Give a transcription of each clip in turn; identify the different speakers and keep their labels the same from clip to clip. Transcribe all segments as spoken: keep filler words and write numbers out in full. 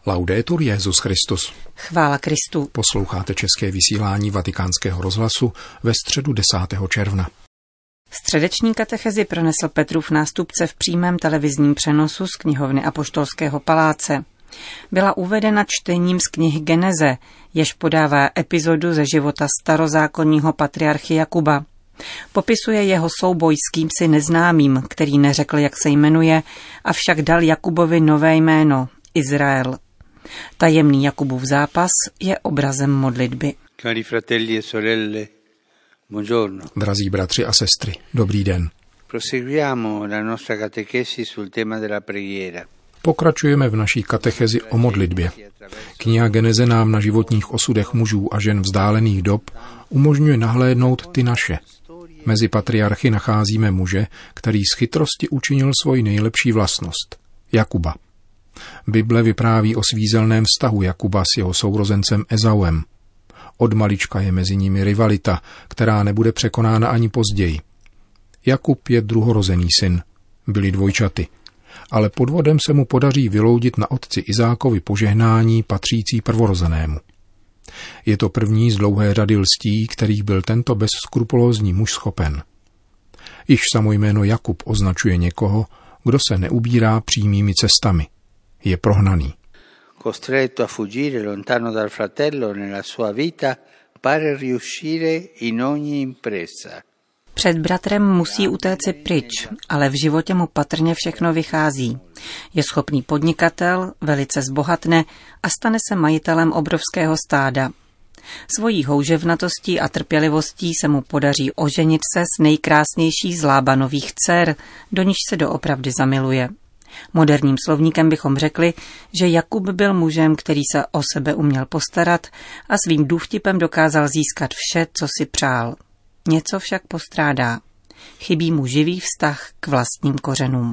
Speaker 1: Laudetur Jesus Christus.
Speaker 2: Chvála Kristu.
Speaker 1: Posloucháte české vysílání Vatikánského rozhlasu ve středu desátého června.
Speaker 2: Středeční katechezi pronesl Petrův nástupce v přímém televizním přenosu z knihovny Apoštolského paláce. Byla uvedena čtením z knihy Geneze, jež podává epizodu ze života starozákonního patriarchy Jakuba. Popisuje jeho souboj s kýmsi neznámým, který neřekl, jak se jmenuje, avšak dal Jakubovi nové jméno – Izrael. Tajemný Jakubův zápas je obrazem modlitby.
Speaker 3: Cari fratelli e sorelle, buongiorno.
Speaker 1: Drazí bratři a sestry, dobrý den.
Speaker 3: Proseguiamo la nostra catechesi sul tema della preghiera.
Speaker 1: Pokračujeme v naší katechezi o modlitbě. Kniha Geneze nám na životních osudech mužů a žen vzdálených dob umožňuje nahlédnout ty naše. Mezi patriarchy nacházíme muže, který z chytrosti učinil svoji nejlepší vlastnost – Jakuba. Bible vypráví o svízelném vztahu Jakuba s jeho sourozencem Ezauem. Od malička je mezi nimi rivalita, která nebude překonána ani později. Jakub je druhorozený syn, byli dvojčaty, ale podvodem se mu podaří vyloudit na otci Izákovi požehnání patřící prvorozenému. Je to první z dlouhé řady lstí, kterých byl tento bezskrupulózní muž schopen. Již samo jméno Jakub označuje někoho, kdo se neubírá přímými cestami. Je prohnaný.
Speaker 3: Costretto a fuggire lontano dal fratello nella sua vita, pare riuscire in ogni impresa.
Speaker 2: Před bratrem musí utéci pryč, ale v životě mu patrně všechno vychází. Je schopný podnikatel, velice zbohatne a stane se majitelem obrovského stáda. Svojí houževnatostí a trpělivostí se mu podaří oženit se s nejkrásnější z Lábanových dcer, do níž se doopravdy zamiluje. Moderním slovníkem bychom řekli, že Jakub byl mužem, který se o sebe uměl postarat a svým důvtipem dokázal získat vše, co si přál. Něco však postrádá. Chybí mu živý vztah k vlastním kořenům.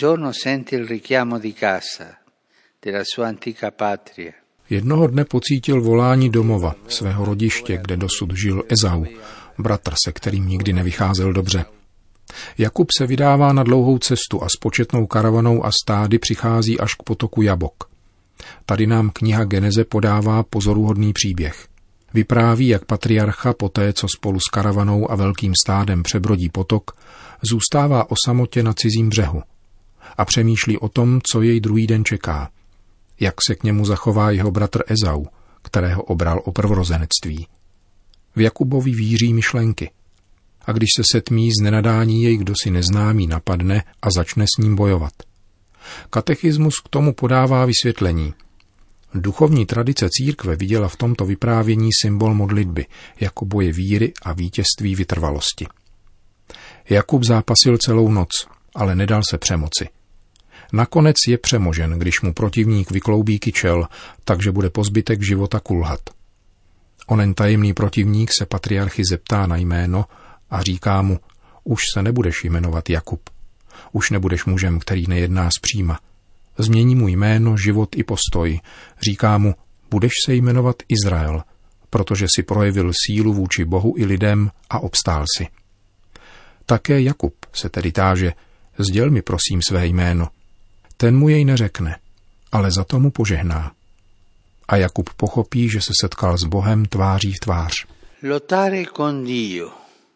Speaker 1: Jednoho dne pocítil volání domova, svého rodiště, kde dosud žil Ezau, bratr, se kterým nikdy nevycházel dobře. Jakub se vydává na dlouhou cestu a s početnou karavanou a stády přichází až k potoku Jabok. Tady nám kniha Geneze podává pozoruhodný příběh. Vypráví, jak patriarcha poté, co spolu s karavanou a velkým stádem přebrodí potok, zůstává o samotě na cizím břehu a přemýšlí o tom, co jej druhý den čeká. Jak se k němu zachová jeho bratr Ezau, kterého obral o prvorozenectví. V Jakubovi víří myšlenky. A když se setmí, z nenadání jej kdosi neznámý napadne a začne s ním bojovat. Katechismus k tomu podává vysvětlení. Duchovní tradice církve viděla v tomto vyprávění symbol modlitby, jako boje víry a vítězství vytrvalosti. Jakub zápasil celou noc, ale nedal se přemoci. Nakonec je přemožen, když mu protivník vykloubí kyčel, takže bude po zbytek života kulhat. Onen tajemný protivník se patriarchy zeptá na jméno a říká mu, už se nebudeš jmenovat Jakub, už nebudeš mužem, který nejedná zpříma. Změní mu jméno, život i postoj. Říká mu, budeš se jmenovat Izrael, protože si projevil sílu vůči Bohu i lidem a obstál si. Také Jakub se tedy táže, sděl mi prosím své jméno. Ten mu jej neřekne, ale za to mu požehná. A Jakub pochopí, že se setkal s Bohem tváří v tvář.
Speaker 3: Lottare con Dio.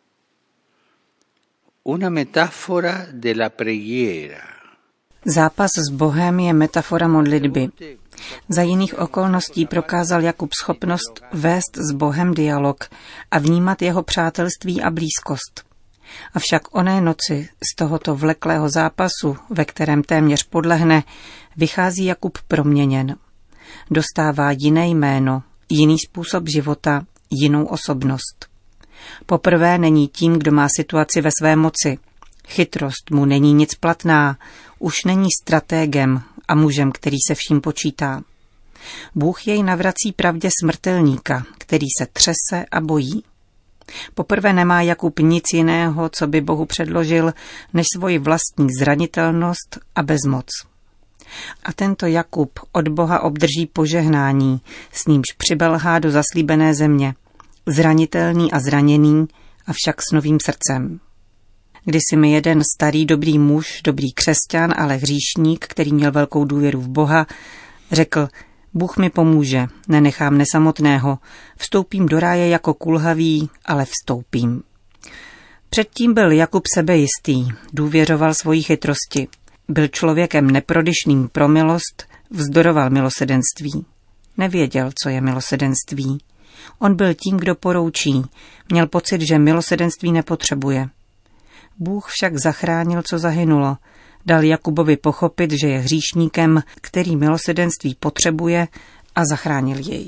Speaker 3: Una metafora della preghiera.
Speaker 2: Zápas s Bohem je metafora modlitby. Za jiných okolností prokázal Jakub schopnost vést s Bohem dialog a vnímat jeho přátelství a blízkost. Avšak oné noci z tohoto vleklého zápasu, ve kterém téměř podlehne, vychází Jakub proměněn. Dostává jiné jméno, jiný způsob života, jinou osobnost. Poprvé není tím, kdo má situaci ve své moci. Chytrost mu není nic platná, už není stratégem a mužem, který se vším počítá. Bůh jej navrací pravdě smrtelníka, který se třese a bojí. Poprvé nemá Jakub nic jiného, co by Bohu předložil, než svoji vlastní zranitelnost a bezmoc. A tento Jakub od Boha obdrží požehnání, s nímž přibelhá do zaslíbené země, zranitelný a zraněný, avšak s novým srdcem. Kdysi mi jeden starý dobrý muž, dobrý křesťan, ale hříšník, který měl velkou důvěru v Boha, řekl, Bůh mi pomůže, nenechám mne samotného, vstoupím do ráje jako kulhavý, ale vstoupím. Předtím byl Jakub sebejistý, důvěřoval svojí chytrosti. Byl člověkem neprodyšným pro milost, vzdoroval milosedenství. Nevěděl, co je milosedenství. On byl tím, kdo poroučí. Měl pocit, že milosedenství nepotřebuje. Bůh však zachránil, co zahynulo. Dal Jakubovi pochopit, že je hříšníkem, který milosedenství potřebuje, a zachránil jej.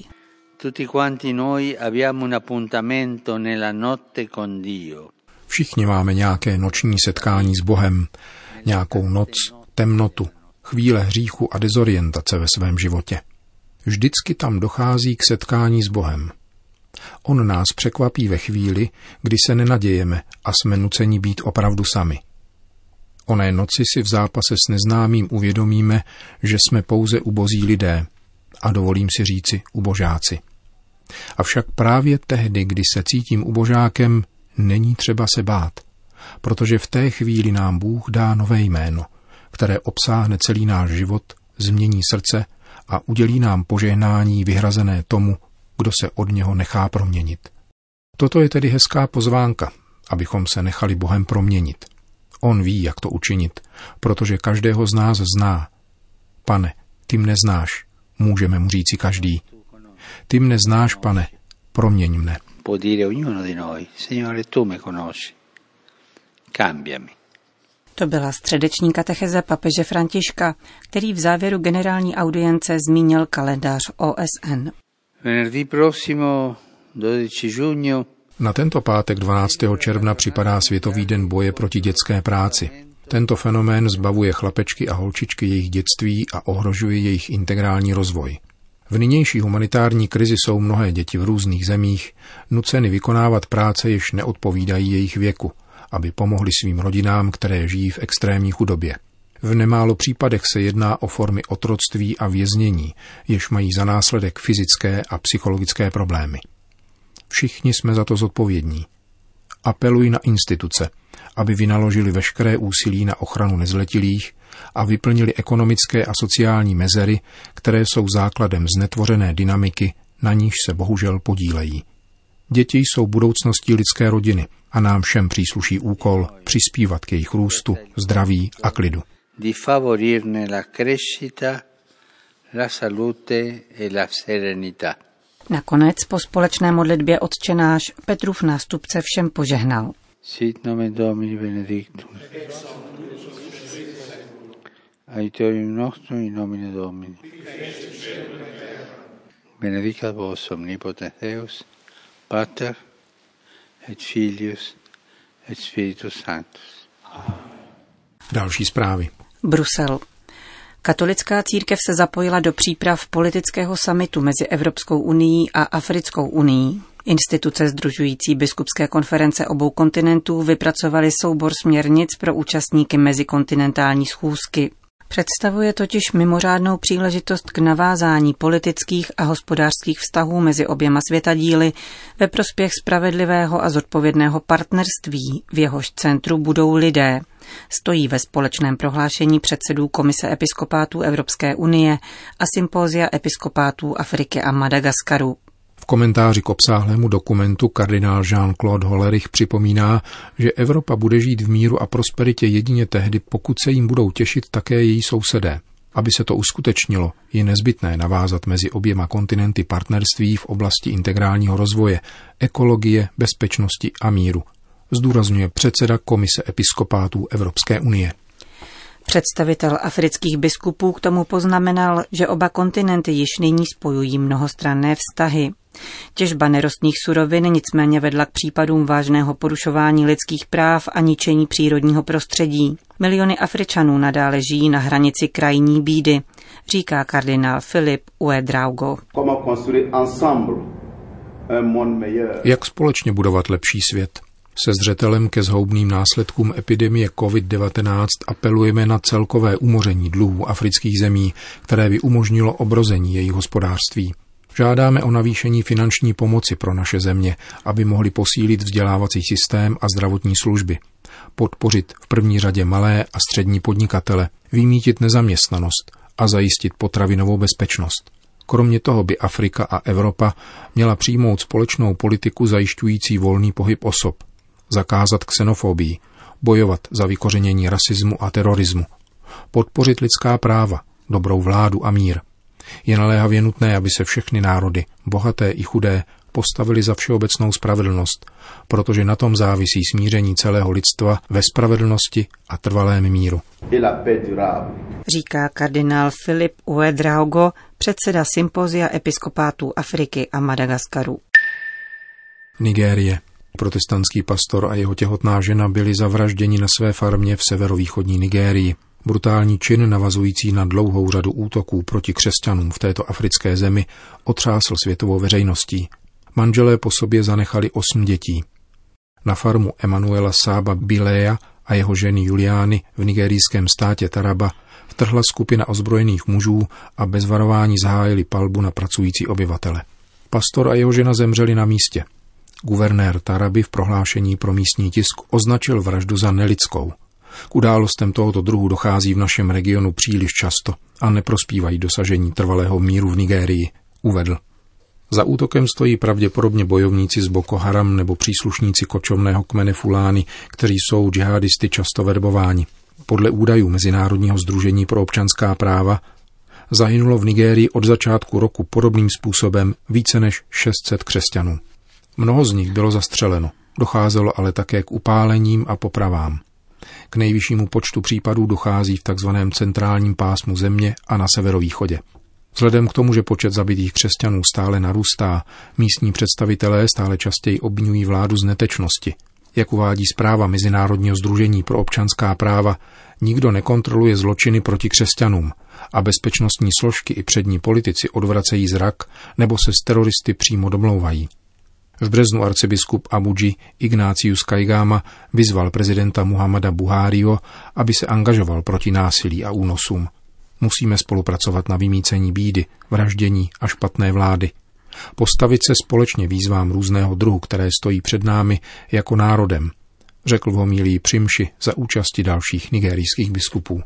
Speaker 1: Všichni máme nějaké noční setkání s Bohem, nějakou noc, temnotu, chvíle hříchu a dezorientace ve svém životě. Vždycky tam dochází k setkání s Bohem. On nás překvapí ve chvíli, kdy se nenadějeme a jsme nuceni být opravdu sami. Oné noci si v zápase s neznámým uvědomíme, že jsme pouze ubozí lidé a dovolím si říci ubožáci. Avšak právě tehdy, kdy se cítím ubožákem, není třeba se bát, protože v té chvíli nám Bůh dá nové jméno, které obsáhne celý náš život, změní srdce a udělí nám požehnání vyhrazené tomu, kdo se od něho nechá proměnit. Toto je tedy hezká pozvánka, abychom se nechali Bohem proměnit. On ví, jak to učinit, protože každého z nás zná. Pane, ty mne znáš, můžeme mu říci každý. Ty mne znáš, Pane, proměň mne.
Speaker 2: To byla středeční katecheze papeže Františka, který v závěru generální audience zmínil kalendář O S N.
Speaker 1: Na tento pátek dvanáctého června připadá Světový den boje proti dětské práci. Tento fenomén zbavuje chlapečky a holčičky jejich dětství a ohrožuje jejich integrální rozvoj. V nynější humanitární krizi jsou mnohé děti v různých zemích nuceny vykonávat práce, jež neodpovídají jejich věku, aby pomohli svým rodinám, které žijí v extrémní chudobě. V nemálo případech se jedná o formy otroctví a věznění, jež mají za následek fyzické a psychologické problémy. Všichni jsme za to zodpovědní. Apeluji na instituce, aby vynaložili veškeré úsilí na ochranu nezletilých a vyplnili ekonomické a sociální mezery, které jsou základem znetvořené dynamiky, na níž se bohužel podílejí. Děti jsou budoucností lidské rodiny a nám všem přísluší úkol přispívat k jejich růstu, zdraví a klidu.
Speaker 3: Di favorirne la crescita, la salute e la serenità.
Speaker 2: Nakonec po společné modlitbě Otčenáš Petrův nástupce všem požehnal.
Speaker 3: Sit nomen Domini benedictum. Aiutorium nostrum in nomine Domini. Benedicat vos omnipotens Deus, Pater et Filius et Spiritus Sanctus.
Speaker 1: Další zprávy.
Speaker 2: Brusel. Katolická církev se zapojila do příprav politického summitu mezi Evropskou unií a Africkou unií. Instituce sdružující biskupské konference obou kontinentů vypracovaly soubor směrnic pro účastníky mezikontinentální schůzky. Představuje totiž mimořádnou příležitost k navázání politických a hospodářských vztahů mezi oběma světadíly ve prospěch spravedlivého a zodpovědného partnerství, v jehož centru budou lidé. Stojí ve společném prohlášení předsedů Komise episkopátů Evropské unie a Sympózia episkopátů Afriky a Madagaskaru.
Speaker 1: V komentáři k obsáhlému dokumentu kardinál Jean-Claude Hollerich připomíná, že Evropa bude žít v míru a prosperitě jedině tehdy, pokud se jim budou těšit také její sousedé. Aby se to uskutečnilo, je nezbytné navázat mezi oběma kontinenty partnerství v oblasti integrálního rozvoje, ekologie, bezpečnosti a míru, zdůrazňuje předseda Komise episkopátů Evropské unie.
Speaker 2: Představitel afrických biskupů k tomu poznamenal, že oba kontinenty již nyní spojují mnohostranné vztahy. Těžba nerostných surovin nicméně vedla k případům vážného porušování lidských práv a ničení přírodního prostředí. Miliony Afričanů nadále žijí na hranici krajní bídy, říká kardinál Filip Ouedraogo.
Speaker 1: Jak společně budovat lepší svět? Se zřetelem ke zhoubným následkům epidemie covid devatenáct apelujeme na celkové umoření dluhů afrických zemí, které by umožnilo obrození jejich hospodářství. Žádáme o navýšení finanční pomoci pro naše země, aby mohli posílit vzdělávací systém a zdravotní služby, podpořit v první řadě malé a střední podnikatele, vymýtit nezaměstnanost a zajistit potravinovou bezpečnost. Kromě toho by Afrika a Evropa měla přijmout společnou politiku zajišťující volný pohyb osob, zakázat xenofobii, bojovat za vykořenění rasismu a terorismu, podpořit lidská práva, dobrou vládu a mír. Je naléhavě nutné, aby se všechny národy, bohaté i chudé, postavili za všeobecnou spravedlnost, protože na tom závisí smíření celého lidstva ve spravedlnosti a trvalém míru.
Speaker 2: Říká kardinál Filip Ouedraogo, předseda sympozia episkopátů Afriky a Madagaskaru.
Speaker 1: Nigérie. Protestantský pastor a jeho těhotná žena byli zavražděni na své farmě v severovýchodní Nigérii. Brutální čin navazující na dlouhou řadu útoků proti křesťanům v této africké zemi otřásl světovou veřejností. Manželé po sobě zanechali osm dětí. Na farmu Emanuela Sába Bileja a jeho ženy Juliány v nigerijském státě Taraba vtrhla skupina ozbrojených mužů a bez varování zahájili palbu na pracující obyvatele. Pastor a jeho žena zemřeli na místě. Guvernér Taraby v prohlášení pro místní tisk označil vraždu za nelidskou. K událostem tohoto druhu dochází v našem regionu příliš často a neprospívají dosažení trvalého míru v Nigérii, uvedl. Za útokem stojí pravděpodobně bojovníci z Boko Haram nebo příslušníci kočovného kmene Fulány, kteří jsou džihadisty často verbováni. Podle údajů Mezinárodního sdružení pro občanská práva zahynulo v Nigérii od začátku roku podobným způsobem více než šest set křesťanů. Mnoho z nich bylo zastřeleno, docházelo ale také k upálením a popravám. K nejvyššímu počtu případů dochází v takzvaném centrálním pásmu země a na severovýchodě. Vzhledem k tomu, že počet zabitých křesťanů stále narůstá, místní představitelé stále častěji obviňují vládu z netečnosti. Jak uvádí zpráva Mezinárodního sdružení pro občanská práva, nikdo nekontroluje zločiny proti křesťanům a bezpečnostní složky i přední politici odvracejí zrak nebo se s teroristy přímo domlouvají. V březnu arcibiskup Abuji Ignatius Kaigama vyzval prezidenta Muhammada Buhariho, aby se angažoval proti násilí a únosům. Musíme spolupracovat na vymýcení bídy, vraždění a špatné vlády. Postavit se společně výzvám různého druhu, které stojí před námi jako národem, řekl v homílii při mši za účasti dalších nigerijských biskupů.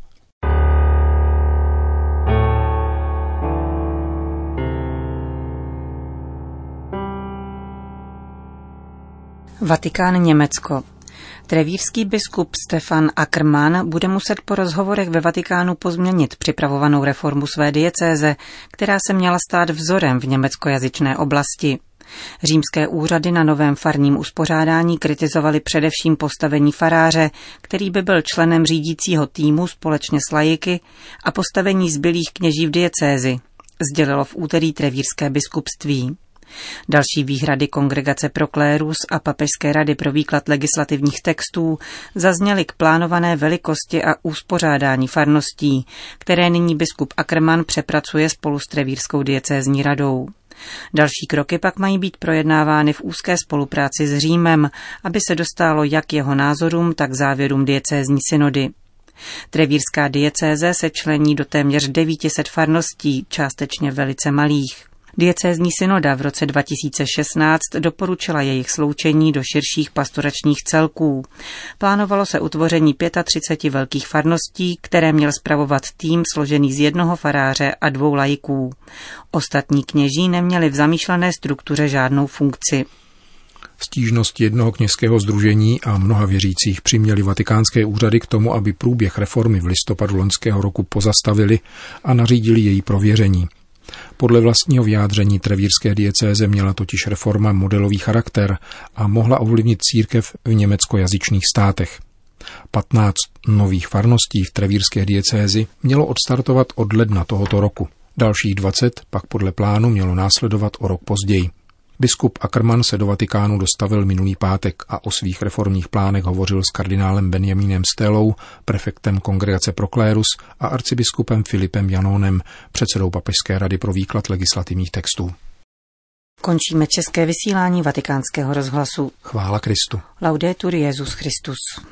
Speaker 2: Vatikán, Německo. Trevírský biskup Stefan Ackermann bude muset po rozhovorech ve Vatikánu pozměnit připravovanou reformu své diecéze, která se měla stát vzorem v německojazyčné oblasti. Římské úřady na novém farním uspořádání kritizovaly především postavení faráře, který by byl členem řídícího týmu společně s laiky, a postavení zbylých kněží v diecézi, sdělilo v úterý trevírské biskupství. Další výhrady Kongregace pro klérus a Papežské rady pro výklad legislativních textů zazněly k plánované velikosti a uspořádání farností, které nyní biskup Ackermann přepracuje spolu s trevírskou diecézní radou. Další kroky pak mají být projednávány v úzké spolupráci s Římem, aby se dostálo jak jeho názorům, tak závěrům diecézní synody. Trevírská diecéze se člení do téměř devět set farností, částečně velice malých. Diecézní synoda v roce dva tisíce šestnáct doporučila jejich sloučení do širších pastoračních celků. Plánovalo se utvoření třicet pět velkých farností, které měl spravovat tým složený z jednoho faráře a dvou laiků. Ostatní kněží neměli v zamýšlené struktuře žádnou funkci.
Speaker 1: Stížnost jednoho kněžského sdružení a mnoha věřících přiměli vatikánské úřady k tomu, aby průběh reformy v listopadu loňského roku pozastavili a nařídili její prověření. Podle vlastního vyjádření trevírské diecéze měla totiž reforma modelový charakter a mohla ovlivnit církev v německojazyčných státech. patnáct nových farností v trevírské diecézi mělo odstartovat od ledna tohoto roku. Dalších dvacet pak podle plánu mělo následovat o rok později. Biskup Ackermann se do Vatikánu dostavil minulý pátek a o svých reformních plánech hovořil s kardinálem Benjamínem Stélou, prefektem Kongregace pro klérus, a arcibiskupem Filipem Janonem, předsedou Papežské rady pro výklad legislativních textů.
Speaker 2: Končíme české vysílání Vatikánského rozhlasu.
Speaker 1: Chvála Kristu.
Speaker 2: Laudetur Jesus Christus.